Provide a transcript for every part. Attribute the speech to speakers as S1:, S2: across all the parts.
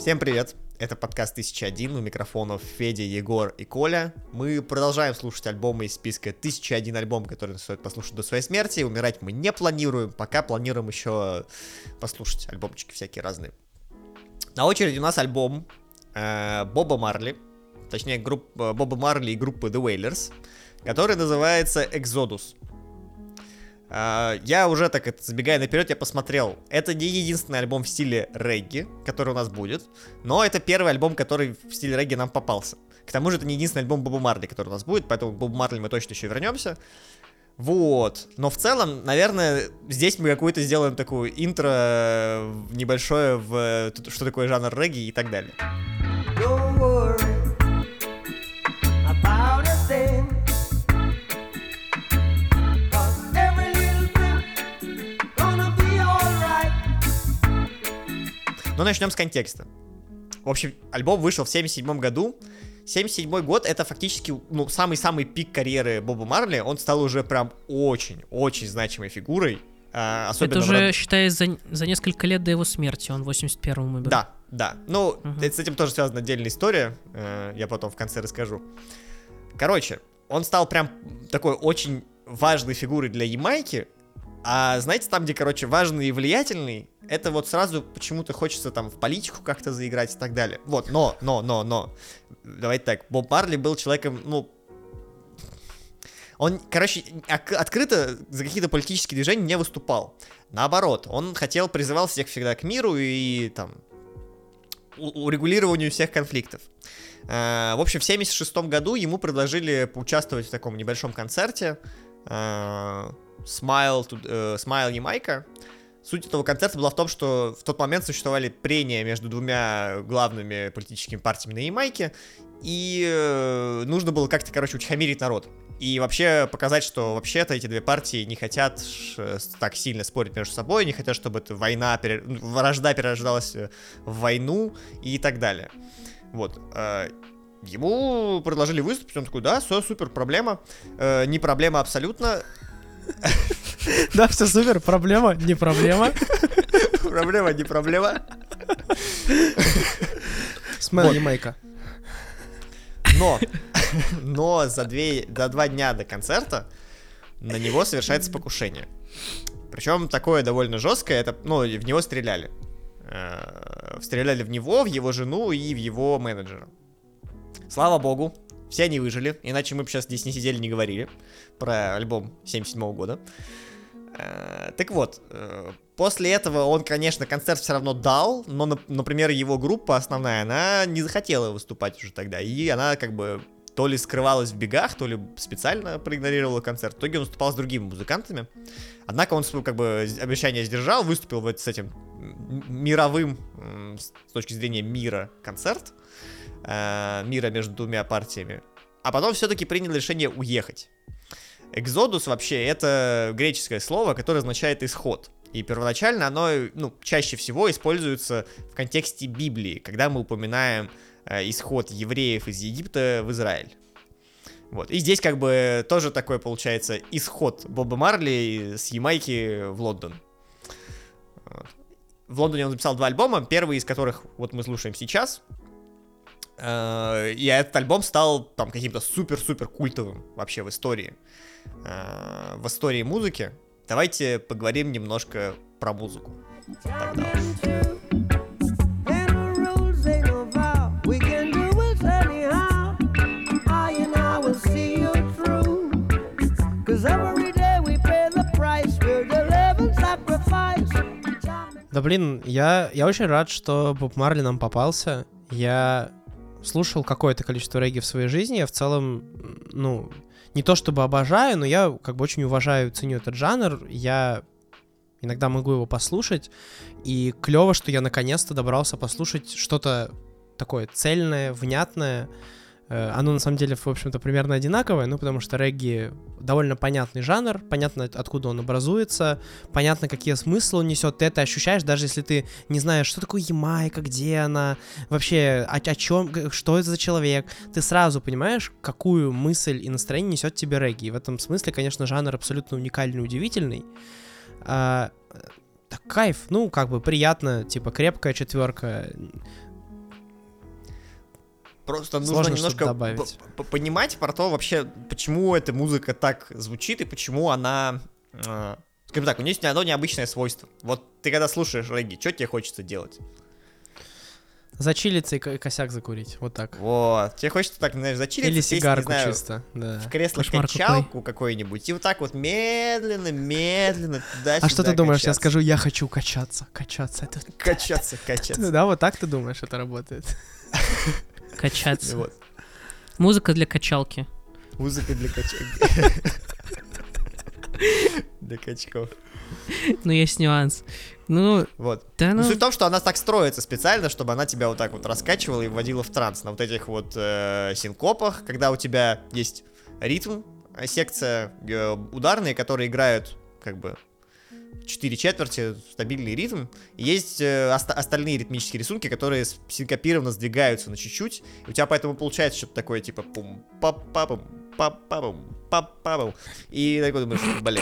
S1: Всем привет! Это подкаст 1001, у микрофонов Федя, Егор и Коля. Мы продолжаем слушать альбомы из списка 1001 альбом, который стоит послушать до своей смерти. Умирать мы не планируем, пока планируем еще послушать альбомчики всякие разные. На очереди у нас альбом Боба Марли, точнее Боба Марли и группы The Wailers, который называется Exodus. Я уже так забегая наперед, я посмотрел. Это не единственный альбом в стиле регги, который у нас будет, но это первый альбом, который в стиле регги нам попался. К тому же это не единственный альбом Боба Марли, который у нас будет, поэтому к Бобу Марли мы точно еще вернемся. Вот. Но в целом, наверное, здесь мы какую-то сделаем такую интро небольшое в что такое жанр регги и так далее. Но начнем с контекста. В общем, альбом вышел в 1977 году. 1977 год — это фактически самый-самый пик карьеры Боба Марли. Он стал уже прям очень-очень значимой фигурой.
S2: Особенно это уже, считай, за несколько лет до его смерти. Он в 81-м умер.
S1: Да. Ну, с этим тоже связана отдельная история. Я потом в конце расскажу. Короче, он стал прям такой очень важной фигурой для Ямайки. А знаете, там, где, важный и влиятельный, это вот сразу почему-то хочется там в политику как-то заиграть и так далее. Вот, но. Давайте так, Боб Марли был человеком, он, открыто за какие-то политические движения не выступал. Наоборот, он призывал всех всегда к миру и там урегулированию всех конфликтов. В общем, в 1976 году ему предложили поучаствовать в таком небольшом концерте Smile Jamaica. Суть этого концерта была в том, что в тот момент существовали прения между двумя главными политическими партиями на Ямайке, и нужно было как-то, утихомирить народ. И вообще показать, что вообще-то эти две партии не хотят так сильно спорить между собой, не хотят, чтобы эта вражда перерождалась в войну и так далее. Вот. Ему предложили выступить, он такой, да, все, супер, проблема. Не проблема абсолютно.
S2: Да, все супер, проблема, не проблема.
S1: Проблема, не проблема.
S2: Смайл Ямайка.
S1: Но за 2 дня до концерта на него совершается покушение. Причем такое довольно жесткое, в него стреляли. Стреляли в него, в его жену и в его менеджера. Слава богу, все они выжили, иначе мы бы сейчас здесь не сидели, не говорили про альбом 1977 года. Так вот, после этого он, конечно, концерт все равно дал, но, например, его группа основная, она не захотела выступать уже тогда, и она то ли скрывалась в бегах, то ли специально проигнорировала концерт. В итоге он выступал с другими музыкантами, однако он обещание сдержал, выступил с этим мировым, с точки зрения мира, концерт, мира между двумя партиями, а потом все-таки принял решение уехать. Экзодус вообще это греческое слово, которое означает исход. И первоначально оно, чаще всего используется в контексте Библии, когда мы упоминаем исход евреев из Египта в Израиль. Вот. И здесь тоже такой получается исход Боба Марли с Ямайки в Лондон. Вот. В Лондоне он записал 2 альбома, первый из которых мы слушаем сейчас. И этот альбом стал каким-то супер-супер культовым вообще в истории музыки. Давайте поговорим немножко про музыку. Тогда.
S2: Да блин, я очень рад, что Боб Марли нам попался. Я слушал какое-то количество регги в своей жизни. Я в целом, не то чтобы обожаю, но я очень уважаю, ценю этот жанр. Я иногда могу его послушать. И клево, что я наконец-то добрался послушать что-то такое цельное, внятное. Оно на самом деле, в общем-то, примерно одинаковое, потому что регги довольно понятный жанр, понятно, откуда он образуется, понятно, какие смыслы он несет, ты это ощущаешь, даже если ты не знаешь, что такое Ямайка, где она, вообще, о чем, что это за человек, ты сразу понимаешь, какую мысль и настроение несет тебе регги. И в этом смысле, конечно, жанр абсолютно уникальный, удивительный. Так кайф, приятно, крепкая четверка.
S1: Просто нужно
S2: Сложно
S1: немножко
S2: что-то добавить.
S1: понимать про то вообще, почему эта музыка так звучит и почему она, скажем так, у нее есть одно необычное свойство. Вот ты когда слушаешь регги, что тебе хочется делать?
S2: Зачилиться и косяк закурить, вот так.
S1: Вот, тебе хочется так, знаешь, зачилиться,
S2: Или
S1: сесть,
S2: сигарку
S1: не знаю,
S2: чисто, да.
S1: в кресло-качалку какой-нибудь, и вот так вот медленно туда-сюда
S2: А что ты думаешь, я
S1: качаться.
S2: скажу, я хочу качаться. Это...
S1: Качаться.
S2: Да, вот так ты думаешь, это работает?
S3: Качаться.
S1: Вот.
S3: Музыка для качалки.
S1: Музыка для качалки. Для качков.
S3: Ну, есть нюанс. Ну,
S1: Вот.
S3: да,
S1: Ну,
S3: ну...
S1: суть в том, что она так строится специально, чтобы она тебя вот так вот раскачивала и вводила в транс. На вот этих вот синкопах, когда у тебя есть ритм, секция ударные, которые играют как бы 4 четверти, стабильный ритм. И есть остальные ритмические рисунки, которые синкопированно сдвигаются на чуть-чуть. И у тебя поэтому получается что-то такое типа пум-па-па-пум, па-па-пум, па-па-пум. И такой думаешь, блин,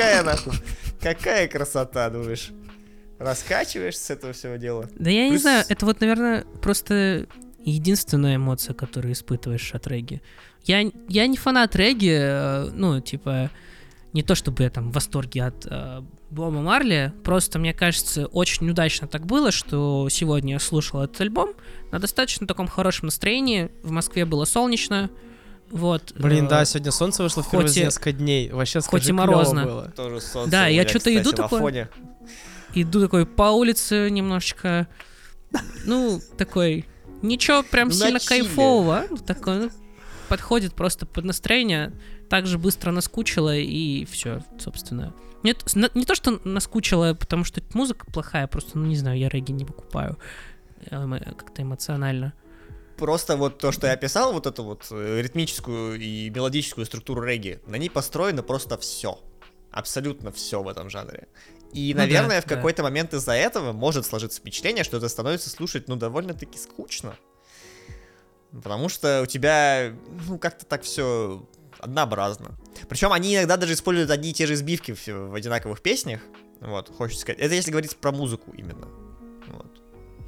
S1: какая красота, думаешь. Раскачиваешься с этого всего дела.
S3: Да я не
S1: Плюс-
S3: знаю, это вот, наверное, просто единственная эмоция, которую испытываешь от регги. Я не фанат регги, ну, типа, не то чтобы я там в восторге от Боба Марли, просто, мне кажется, очень удачно так было, что сегодня я слушал этот альбом на достаточно таком хорошем настроении, в Москве было солнечно, вот.
S2: Блин, да, сегодня солнце вышло впервые за несколько дней. Вообще, скажи,
S3: хоть и морозно.
S2: клёво было.
S1: Тоже солнце.
S3: Да,
S1: у
S3: я
S1: меня,
S3: что-то
S1: кстати,
S3: иду
S1: в
S3: такой-
S1: Афоне.
S3: Иду такой по улице немножечко, ну, такой, ничего прям
S1: На
S3: сильно
S1: чиле.
S3: кайфового, ну, такой, ну, подходит просто под настроение, так же быстро наскучило, и все, собственно. Нет, не то, что наскучило, потому что музыка плохая, просто, ну, не знаю, я регги не покупаю как-то эмоционально.
S1: Просто вот то, что я описал, вот эту вот ритмическую и мелодическую структуру регги, на ней построено просто все. Абсолютно все в этом жанре. И,
S3: Ну
S1: наверное,
S3: да,
S1: в какой-то момент из-за этого может сложиться впечатление, что это становится слушать, ну, довольно-таки скучно. Потому что у тебя, ну, как-то так все однообразно. Причем они иногда даже используют одни и те же сбивки в одинаковых песнях. Вот, хочется сказать. Это если говорить про музыку именно. Вот.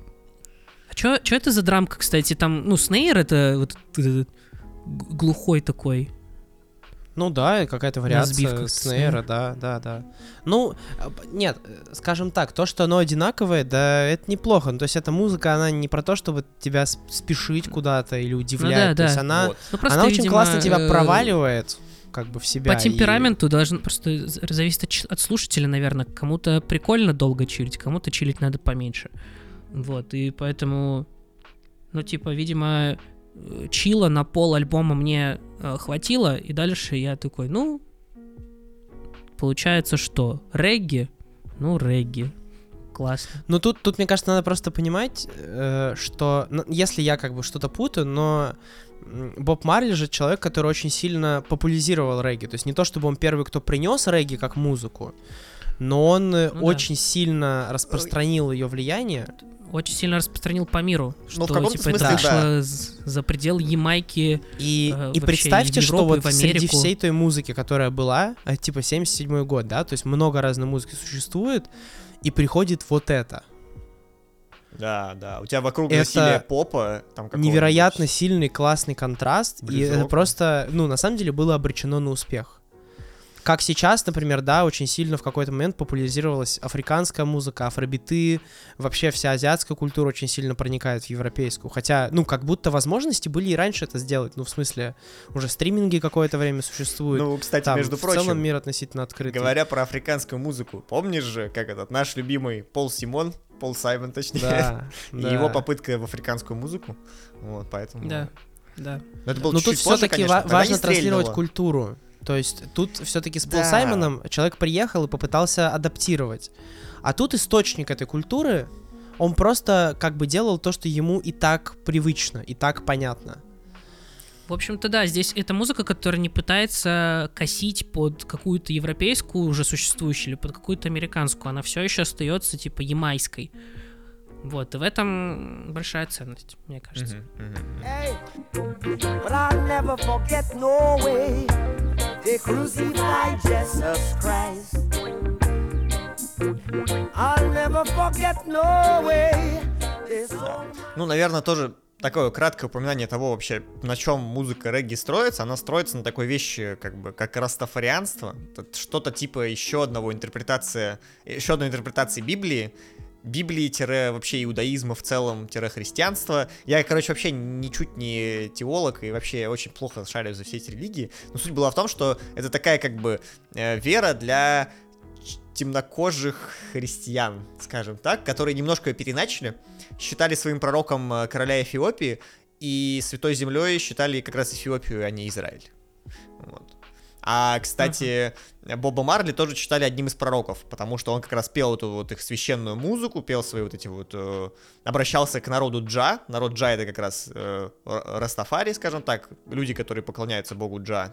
S3: А чё это за драмка, кстати, там, ну, снейр это вот этот глухой такой.
S2: Ну да, какая-то вариация
S3: сбивках
S2: снейра, да. Ну, нет, скажем так, то, что оно одинаковое, да, это неплохо. Ну, то есть эта музыка, она не про то, чтобы тебя спешить куда-то или удивлять.
S3: да,
S2: то есть
S3: да.
S2: она,
S1: Вот.
S3: Ну, просто,
S2: она очень
S3: видимо,
S2: классно тебя проваливает как бы в себя.
S3: По темпераменту должно просто зависеть от слушателя, наверное. Кому-то прикольно долго чилить, кому-то чилить надо поменьше. Вот, и поэтому, ну, типа, видимо, чила на пол альбома мне хватило, и дальше я такой, ну, получается, что регги, ну, регги, классно.
S2: Ну, тут, мне кажется, надо просто понимать, что, ну, если я как бы что-то путаю, но Боб Марли же человек, который очень сильно популяризировал регги. То есть не то, чтобы он первый, кто принес регги как музыку, но он очень сильно распространил ее влияние.
S3: Очень сильно распространил по миру, что,
S1: в каком-то
S3: типа, это
S1: смысле,
S3: вышло за предел Ямайки.
S2: И
S3: вообще
S2: представьте,
S3: в
S2: что
S3: Европу и
S2: вот
S3: в
S2: среди
S3: Америку.
S2: всей той музыки, которая была, типа 77-й год, да, то есть много разной музыки существует, и приходит вот это.
S1: Да. У тебя вокруг
S2: Это
S1: засилие попа. Там какого-нибудь.
S2: Невероятно сильный, классный контраст, и это
S1: Блюз-рока.
S2: просто, ну, на самом деле было обречено на успех. Как сейчас, например, да, очень сильно в какой-то момент популяризировалась африканская музыка, афробиты, вообще вся азиатская культура очень сильно проникает в европейскую. Хотя, ну, как будто возможности были и раньше это сделать. Ну, в смысле, уже стриминги какое-то время существуют.
S1: Ну, кстати,
S2: Там
S1: между
S2: в целом
S1: прочим,
S2: мир относительно открытый.
S1: говоря про африканскую музыку, помнишь же, как этот наш любимый Пол Саймон, точнее,
S2: Да,
S1: и
S2: да.
S1: его попытка в африканскую музыку, вот, поэтому...
S3: Да.
S1: Но это было
S2: Но тут
S1: чуть позже,
S2: все-таки
S1: конечно, тогда
S2: важно
S1: не
S2: транслировать
S1: стрельнуло.
S2: культуру. То есть тут все-таки с Пол
S1: Да.
S2: Саймоном человек приехал и попытался адаптировать. А тут источник этой культуры, он просто как бы делал то, что ему и так привычно, и так понятно.
S3: В общем-то, да, здесь это музыка, которая не пытается косить под какую-то европейскую уже существующую или под какую-то американскую. Она все еще остается типа ямайской. Вот, и в этом большая ценность, мне кажется.
S4: Hey, but I'll never forget no way they crucified Jesus Christ. I'll never forget no way they sold.
S1: Ну, наверное, тоже такое краткое упоминание того вообще, на чем музыка регги строится. Она строится на такой вещи, как бы, как растафарианство. Это что-то типа еще одной интерпретации Библии. Библии-вообще иудаизма в целом, христианства. Я, короче, вообще ничуть не теолог и вообще очень плохо шарю за все эти религии. Но суть была в том, что это такая как бы вера для темнокожих христиан, скажем так, которые немножко переначали, считали своим пророком короля Эфиопии, и святой землей считали как раз Эфиопию, а не Израиль. Вот. А, кстати, Боба Марли тоже считали одним из пророков, потому что он как раз пел эту вот их священную музыку, пел свои вот эти вот... обращался к народу Джа. Народ Джа — это как раз Растафари, скажем так, люди, которые поклоняются богу Джа,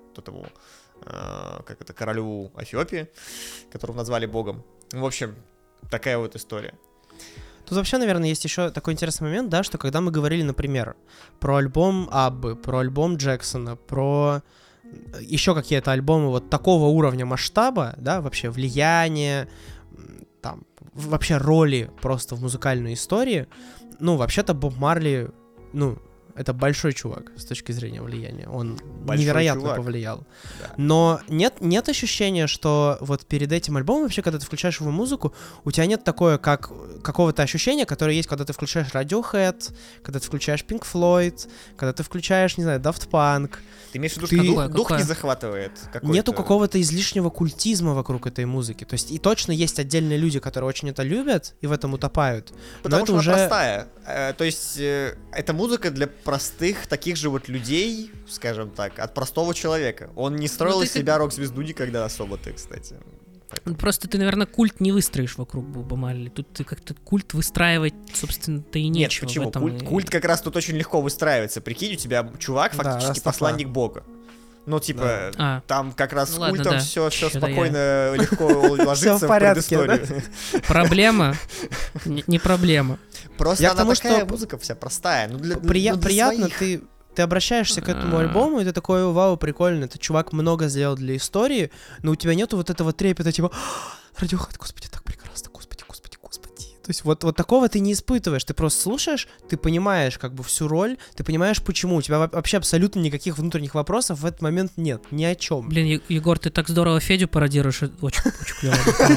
S1: как это, королю Эфиопии, которого назвали богом. В общем, такая вот история.
S2: Тут вообще, наверное, есть еще такой интересный момент, да, что когда мы говорили, например, про альбом Аббы, про альбом Джексона, про еще какие-то альбомы вот такого уровня масштаба, да, вообще влияния, там, вообще роли просто в музыкальной истории, ну, вообще-то Боб Марли, ну, это большой чувак с точки зрения влияния. Он большой невероятно чувак. Повлиял. Да. Но нет ощущения, что вот перед этим альбомом вообще, когда ты включаешь его музыку, у тебя нет такое, как какого-то ощущения, которое есть, когда ты включаешь Radiohead, когда ты включаешь Pink Floyd, когда ты включаешь, не знаю, Daft Punk.
S1: Ты имеешь в виду, что дух не захватывает?
S2: Нету какого-то излишнего культизма вокруг этой музыки. То есть и точно есть отдельные люди, которые очень это любят и в этом утопают.
S1: Потому что
S2: это
S1: она простая. То есть это музыка для простых таких же вот людей, скажем так, от простого человека. Он не строил из себя рок-звезду никогда особо-то, кстати.
S3: Просто ты, наверное, культ не выстроишь вокруг Боба Марли. Тут ты как-то культ выстраивать, собственно-то и нечего.
S1: Нет, почему?
S3: В этом
S1: Культ как раз тут очень легко выстраивается. Прикинь, у тебя чувак фактически посланник бога. Ну, типа, там как раз с культом все спокойно, легко ложится в предысторию.
S3: Проблема? Не проблема.
S1: Просто она такая музыка вся простая.
S2: Приятно, ты обращаешься к этому альбому, и ты такой, вау, прикольно, этот чувак много сделал для истории, но у тебя нету вот этого трепета, типа, Radiohead, господи, так прекрасно, господи. То есть вот такого ты не испытываешь, ты просто слушаешь, ты понимаешь как бы всю роль, ты понимаешь почему, у тебя вообще абсолютно никаких внутренних вопросов в этот момент нет, ни о чем.
S3: Блин, Егор, ты так здорово Федю пародируешь, очень клево.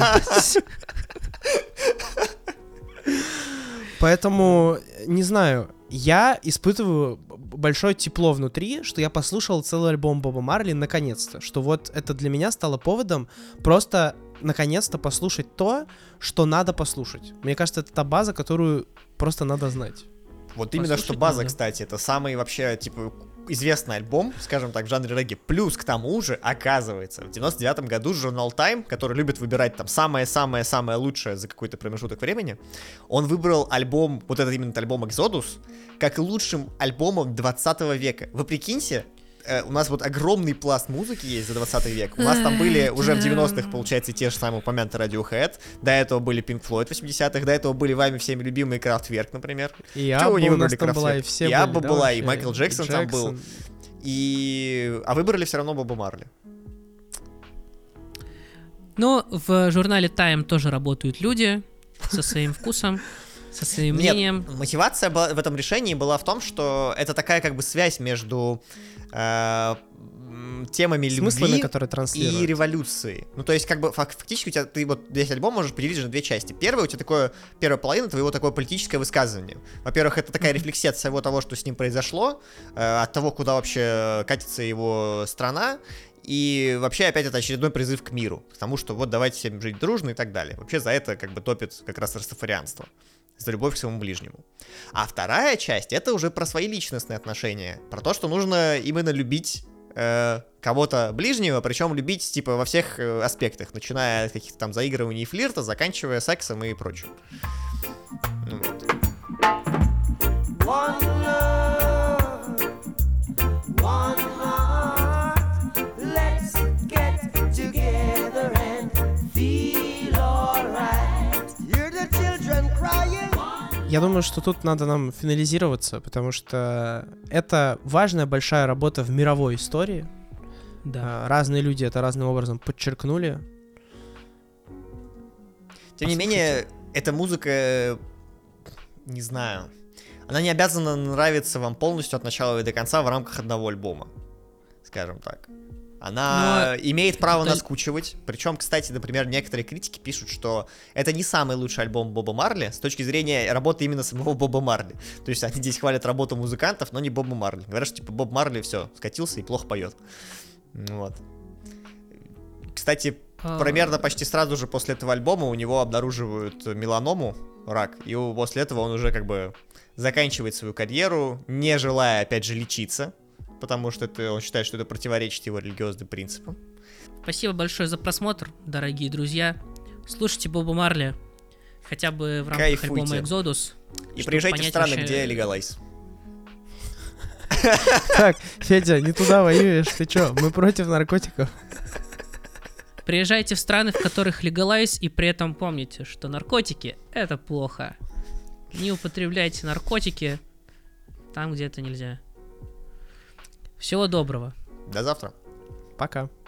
S2: Поэтому, не знаю, я испытываю большое тепло внутри, что я послушал целый альбом Боба Марли наконец-то, что вот это для меня стало поводом просто наконец-то послушать то, что надо послушать. Мне кажется, это та база, которую просто надо знать.
S1: Вот именно что база, кстати, это самый вообще, типа, известный альбом, скажем так, в жанре регги. Плюс к тому же, оказывается, в 99-м году журнал Time, который любит выбирать там самое-самое-самое лучшее за какой-то промежуток времени, он выбрал альбом, вот этот именно альбом Exodus, как лучшим альбомом 20 века. Вы прикиньте, у нас вот огромный пласт музыки есть за 20 век. У нас там были уже в 90-х, получается, те же самые упомянутые Radiohead. До этого были Pink Floyd в 80-х. До этого были вами всеми любимые Kraftwerk, например.
S2: И Абба у нас там была, и все были.
S1: И Абба была, и Майкл Джексон там был. А выбрали все равно Боба Марли.
S3: Но в журнале Time тоже работают люди со своим вкусом, со своим мнением.
S1: Нет, мотивация в этом решении была в том, что это такая как бы связь между темами любви
S2: которые
S1: и революции. Ну, то есть, как бы, фактически у тебя, ты вот весь альбом можешь поделить на две части. Первая, у тебя первая половина твоего такое политическое высказывание. Во-первых, это такая рефлексия от всего того, что с ним произошло, от того, куда вообще катится его страна, и вообще опять это очередной призыв к миру, к тому, что вот давайте всем жить дружно и так далее. Вообще за это как бы топит как раз растафарианство, за любовь к своему ближнему. А вторая часть — это уже про свои личностные отношения, про то, что нужно именно любить кого-то ближнего, причем любить типа во всех аспектах, начиная от каких-то там заигрываний и флирта, заканчивая сексом и прочим. Ну, вот. One love, one heart, let's get together and feel alright. Hear the children crying.
S2: Я думаю, что тут надо нам финализироваться, потому что это важная большая работа в мировой истории.
S3: Да.
S2: Разные люди это разным образом подчеркнули.
S1: Тем не менее, эта музыка, не знаю, она не обязана нравиться вам полностью от начала и до конца в рамках одного альбома, скажем так. Она имеет право наскучивать. Причем, кстати, например, некоторые критики пишут, что это не самый лучший альбом Боба Марли с точки зрения работы именно самого Боба Марли. То есть они здесь хвалят работу музыкантов, но не Боба Марли. Говорят, что типа Боб Марли все, скатился и плохо поет. Вот. Кстати, примерно почти сразу же после этого альбома у него обнаруживают меланому, рак, и после этого он уже как бы заканчивает свою карьеру, не желая, опять же, лечиться, потому что он считает, что это противоречит его религиозным принципам.
S3: Спасибо большое за просмотр, дорогие друзья. Слушайте Боба Марли хотя бы в рамках
S1: Кайфуйте.
S3: альбома Exodus.
S1: И приезжайте в страны, где легалайз.
S2: Так, Федя, не туда воюешь, ты чё? Мы против наркотиков.
S3: Приезжайте в страны, в которых легалайз, и при этом помните, что наркотики — это плохо. Не употребляйте наркотики там, где это нельзя. Всего доброго.
S1: До завтра.
S2: Пока.